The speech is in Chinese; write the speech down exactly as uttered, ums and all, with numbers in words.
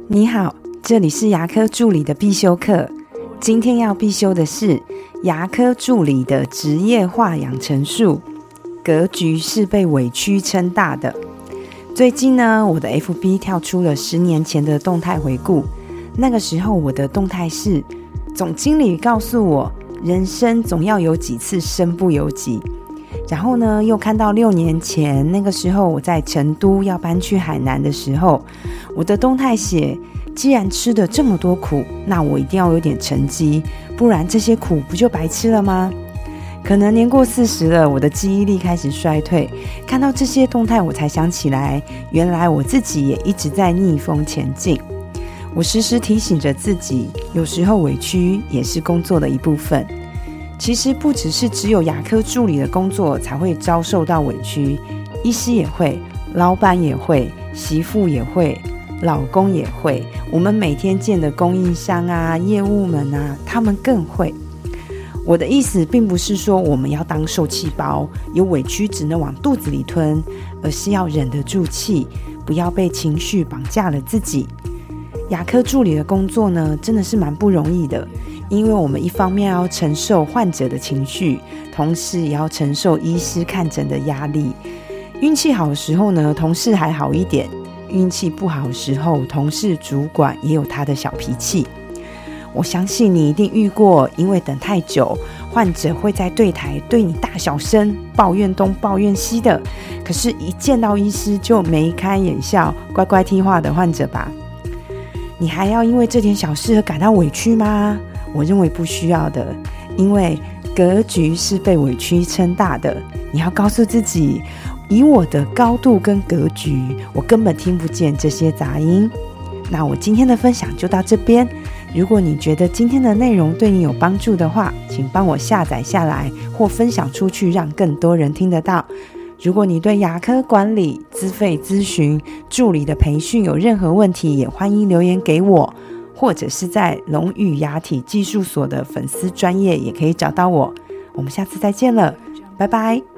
你好，这里是牙科助理的必修课。今天要必修的是牙科助理的职业化养成术。格局是被委屈撑大的。最近呢，我的 F B 跳出了十年前的动态回顾。那个时候我的动态是，总经理告诉我，人生总要有几次身不由己。然后呢，又看到六年前那个时候我在成都要搬去海南的时候，我的动态写，既然吃的这么多苦，那我一定要有点成绩，不然这些苦不就白吃了吗？可能年过四十了，我的记忆力开始衰退，看到这些动态我才想起来，原来我自己也一直在逆风前进。我时时提醒着自己，有时候委屈也是工作的一部分。其实不只是只有牙科助理的工作才会遭受到委屈，医师也会，老板也会，媳妇也会，老公也会，我们每天见的供应商啊、业务们啊，他们更会。我的意思并不是说我们要当受气包，有委屈只能往肚子里吞，而是要忍得住气，不要被情绪绑架了自己。牙科助理的工作呢，真的是蛮不容易的，因为我们一方面要承受患者的情绪，同时也要承受医师看诊的压力。运气好的时候呢，同事还好一点；运气不好的时候，同事主管也有他的小脾气。我相信你一定遇过，因为等太久，患者会在对台对你大小声抱怨东抱怨西的，可是一见到医师就眉开眼笑，乖乖听话的患者吧。你还要因为这点小事而感到委屈吗？我认为不需要的，因为格局是被委屈撑大的。你要告诉自己，以我的高度跟格局，我根本听不见这些杂音。那我今天的分享就到这边。如果你觉得今天的内容对你有帮助的话，请帮我下载下来或分享出去，让更多人听得到。如果你对牙科管理、资费咨询、助理的培训有任何问题，也欢迎留言给我，或者是在龙语牙体技术所的粉丝专页也可以找到我。我们下次再见了，拜拜。